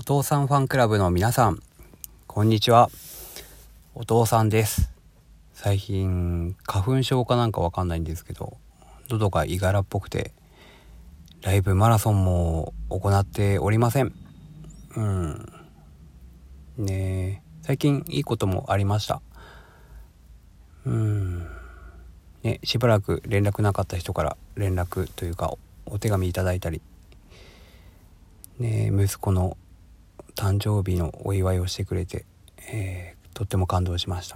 父さんファンクラブの皆さん、こんにちは。お父さんです。最近花粉症かなんかわかんないんですけど、喉がいがらっぽくてライブマラソンも行っておりません。最近いいこともありました。しばらく連絡なかった人から連絡というかお手紙いただいたり、息子の誕生日のお祝いをしてくれて、とっても感動しました。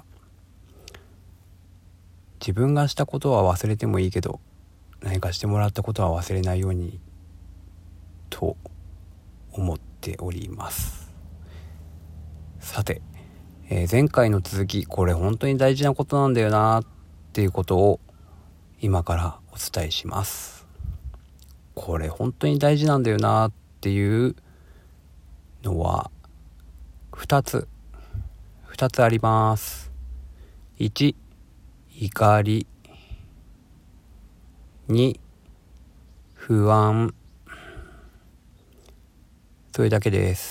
自分がしたことは忘れてもいいけど、何かしてもらったことは忘れないようにと思っております。さて、前回の続き、これ本当に大事なことなんだよなっていうことを今からお伝えします。これ本当に大事なんだよなっていうのは2つあります。1、怒り。2、不安。それだけです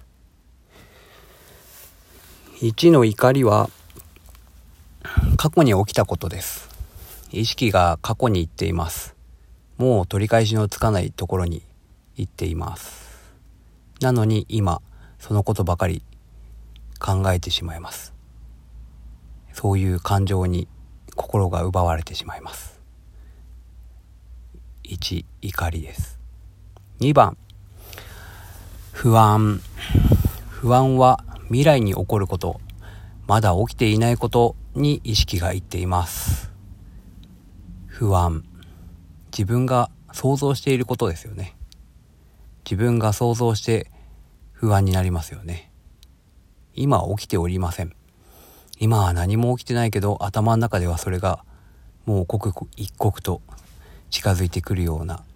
。1の怒りは過去に起きたことです。意識が過去に行っています。もう取り返しのつかないところに行っています。なのに今そのことばかり考えてしまいます。そういう感情に心が奪われてしまいます。1、怒りです。2番、不安。不安は未来に起こること、まだ起きていないことに意識がいっています。不安、自分が想像していることですよね。自分が想像して不安になりますよね。今は起きておりません。今は何も起きてないけど、頭の中ではそれがもう刻一刻と近づいてくるような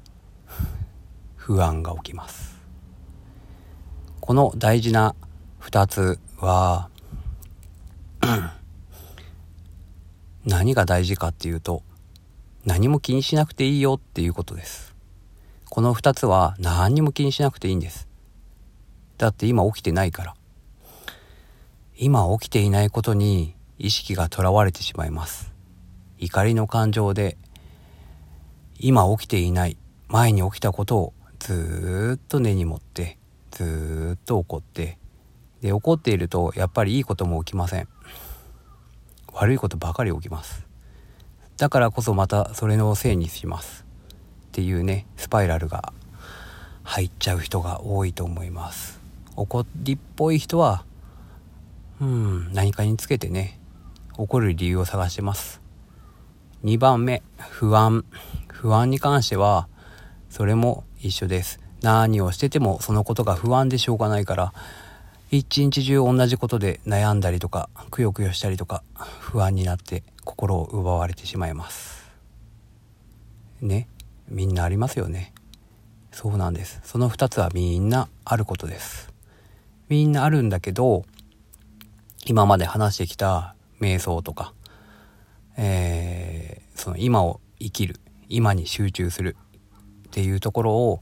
不安が起きます。この大事な2つは何が大事かっていうと、何も気にしなくていいよっていうことです。この2つは何にも気にしなくていいんです。だって今起きてないから。今起きていないことに意識がとらわれてしまいます。怒りの感情で今起きていない前に起きたことをずーっと根に持って、ずーっと怒って、で怒っているとやっぱりいいことも起きません。悪いことばかり起きます。だからこそまたそれのせいにしますっていうね、スパイラルが入っちゃう人が多いと思います。怒りっぽい人は何かにつけてね、怒る理由を探してます。2番目、不安に関してはそれも一緒です。何をしててもそのことが不安でしょうがないから、一日中同じことで悩んだりとかくよくよしたりとか、不安になって心を奪われてしまいますね。みんなありますよね。そうなんです。その2つはみんなあることです。みんなあるんだけど、今まで話してきた瞑想とか、その今を生きる、今に集中するっていうところを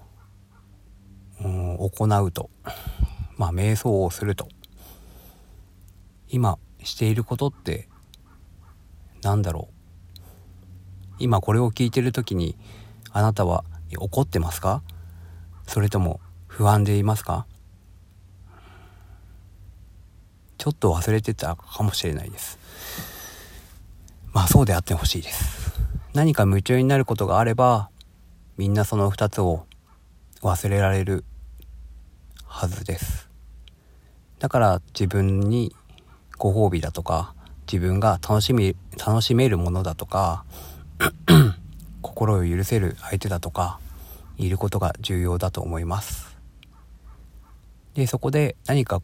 行うと、瞑想をすると、今していることってなんだろう。今これを聞いてるときにあなたは怒ってますか？それとも不安でいますか？ちょっと忘れてたかもしれないです。そうであってほしいです。何か夢中になることがあれば、みんなその2つを忘れられるはずです。だから自分にご褒美だとか、自分が楽しめるものだとか心を許せる相手だとかいることが重要だと思います。で、そこで何か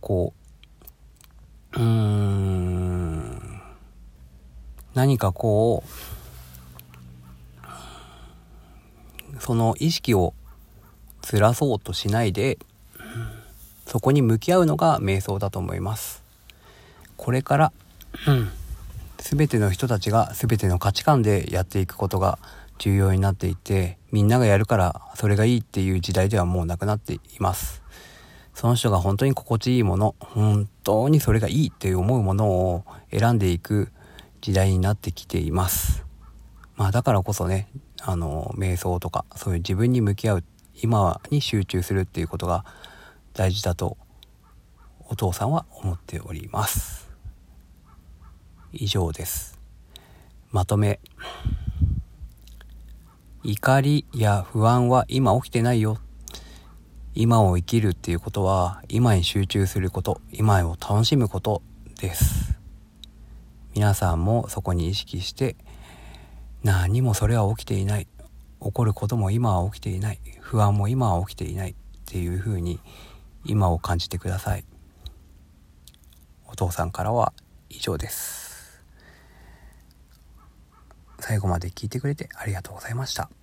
その意識をずらそうとしないで、そこに向き合うのが瞑想だと思います。これから全ての人たちが全ての価値観でやっていくことが重要になっていて、みんながやるからそれがいいっていう時代ではもうなくなっています。 その人が本当に心地いいもの、本当にそれがいいって思うものを選んでいく時代になってきています。だからこそね、瞑想とかそういう自分に向き合う、今に集中するっていうことが大事だとお父さんは思っております。以上です。まとめ。怒りや不安は今起きてないよ。今を生きるっていうことは今に集中すること、今を楽しむことです。皆さんもそこに意識して、何もそれは起きていない、起こることも今は起きていない、不安も今は起きていないっていうふうに今を感じてください。お父さんからは以上です。最後まで聞いてくれてありがとうございました。